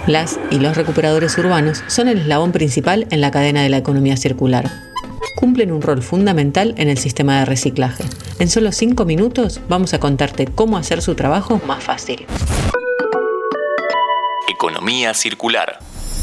Las y los recuperadores urbanos son el eslabón principal en la cadena de la economía circular. Cumplen un rol fundamental en el sistema de reciclaje. En solo 5 minutos vamos a contarte cómo hacer su trabajo más fácil. Economía circular.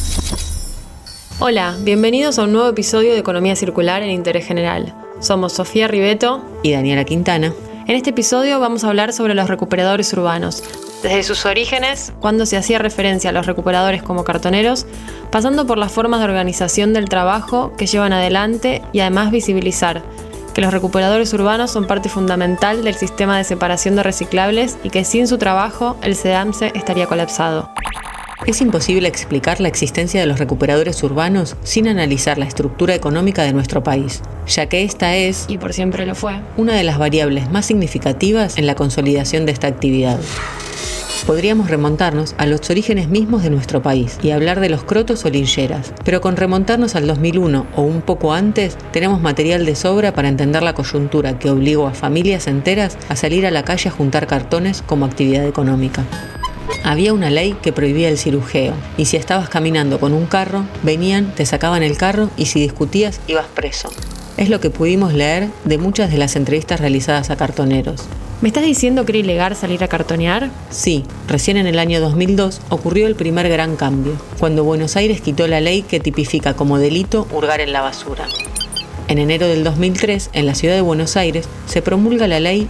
Hola, bienvenidos a un nuevo episodio de Economía Circular en Interés General. Somos Sofía Ribeto y Daniela Quintana. En este episodio vamos a hablar sobre los recuperadores urbanos, desde sus orígenes, cuando se hacía referencia a los recuperadores como cartoneros, pasando por las formas de organización del trabajo que llevan adelante y además visibilizar que los recuperadores urbanos son parte fundamental del sistema de separación de reciclables y que sin su trabajo el SEDAMSE estaría colapsado. Es imposible explicar la existencia de los recuperadores urbanos sin analizar la estructura económica de nuestro país, ya que esta es, y por siempre lo fue, una de las variables más significativas en la consolidación de esta actividad. Podríamos remontarnos a los orígenes mismos de nuestro país y hablar de los crotos o lincheras, pero con remontarnos al 2001 o un poco antes, tenemos material de sobra para entender la coyuntura que obligó a familias enteras a salir a la calle a juntar cartones como actividad económica. Había una ley que prohibía el cirujeo, y si estabas caminando con un carro, venían, te sacaban el carro y si discutías, ibas preso. Es lo que pudimos leer de muchas de las entrevistas realizadas a cartoneros. ¿Me estás diciendo que era ilegal salir a cartonear? Sí, recién en el año 2002 ocurrió el primer gran cambio, cuando Buenos Aires quitó la ley que tipifica como delito hurgar en la basura. En enero del 2003, en la ciudad de Buenos Aires, se promulga la ley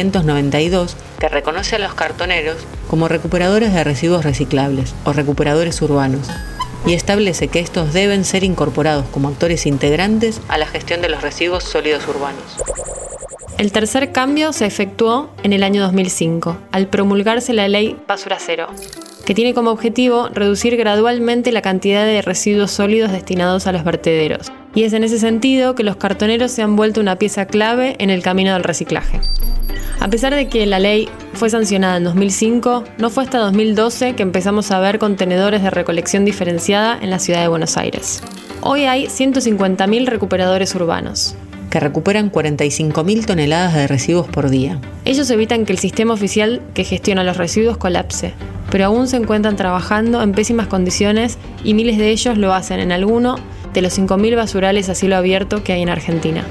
992, que reconoce a los cartoneros como recuperadores de residuos reciclables o recuperadores urbanos, y establece que estos deben ser incorporados como actores integrantes a la gestión de los residuos sólidos urbanos. El tercer cambio se efectuó en el año 2005, al promulgarse la ley Basura Cero, que tiene como objetivo reducir gradualmente la cantidad de residuos sólidos destinados a los vertederos. Y es en ese sentido que los cartoneros se han vuelto una pieza clave en el camino del reciclaje. A pesar de que la ley fue sancionada en 2005, no fue hasta 2012 que empezamos a ver contenedores de recolección diferenciada en la ciudad de Buenos Aires. Hoy hay 150.000 recuperadores urbanos, que recuperan 45.000 toneladas de residuos por día. Ellos evitan que el sistema oficial que gestiona los residuos colapse, pero aún se encuentran trabajando en pésimas condiciones y miles de ellos lo hacen en alguno de los 5.000 basurales a cielo abierto que hay en Argentina.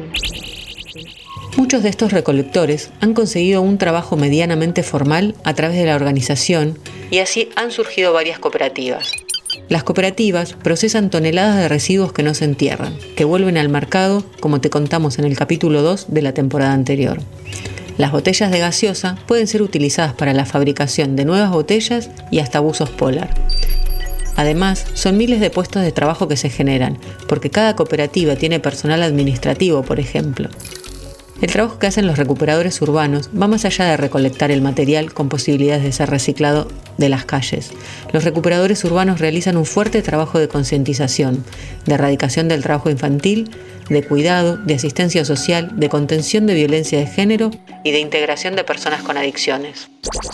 Muchos de estos recolectores han conseguido un trabajo medianamente formal a través de la organización y así han surgido varias cooperativas. Las cooperativas procesan toneladas de residuos que no se entierran, que vuelven al mercado, como te contamos en el capítulo 2 de la temporada anterior. Las botellas de gaseosa pueden ser utilizadas para la fabricación de nuevas botellas y hasta buzos polar. Además, son miles de puestos de trabajo que se generan, porque cada cooperativa tiene personal administrativo, por ejemplo. El trabajo que hacen los recuperadores urbanos va más allá de recolectar el material con posibilidades de ser reciclado de las calles. Los recuperadores urbanos realizan un fuerte trabajo de concientización, de erradicación del trabajo infantil, de cuidado, de asistencia social, de contención de violencia de género y de integración de personas con adicciones.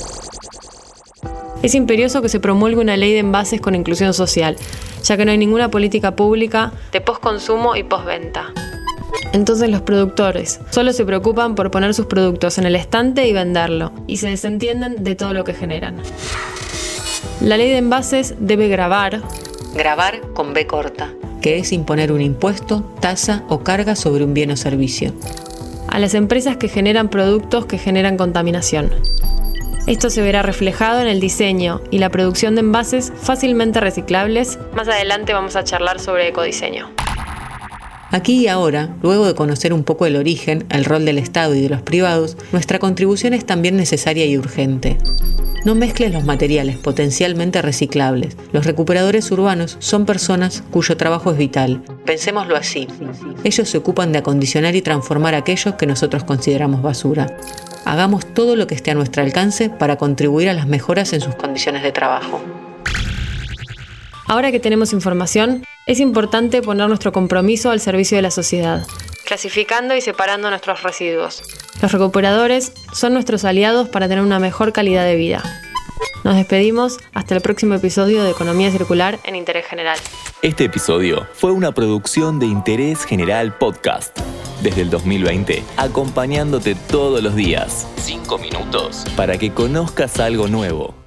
Es imperioso que se promulgue una ley de envases con inclusión social, ya que no hay ninguna política pública de postconsumo y postventa. Entonces los productores solo se preocupan por poner sus productos en el estante y venderlo, y se desentienden de todo lo que generan. La ley de envases debe gravar con B corta, que es imponer un impuesto, tasa o carga sobre un bien o servicio, a las empresas que generan productos que generan contaminación. Esto se verá reflejado en el diseño y la producción de envases fácilmente reciclables. Más adelante vamos a charlar sobre ecodiseño. Aquí y ahora, luego de conocer un poco el origen, el rol del Estado y de los privados, nuestra contribución es también necesaria y urgente. No mezcles los materiales potencialmente reciclables. Los recuperadores urbanos son personas cuyo trabajo es vital. Pensémoslo así. Ellos se ocupan de acondicionar y transformar aquello que nosotros consideramos basura. Hagamos todo lo que esté a nuestro alcance para contribuir a las mejoras en sus condiciones de trabajo. Ahora que tenemos información, es importante poner nuestro compromiso al servicio de la sociedad, clasificando y separando nuestros residuos. Los recuperadores son nuestros aliados para tener una mejor calidad de vida. Nos despedimos hasta el próximo episodio de Economía Circular en Interés General. Este episodio fue una producción de Interés General Podcast. Desde el 2020, acompañándote todos los días. 5 minutos para que conozcas algo nuevo.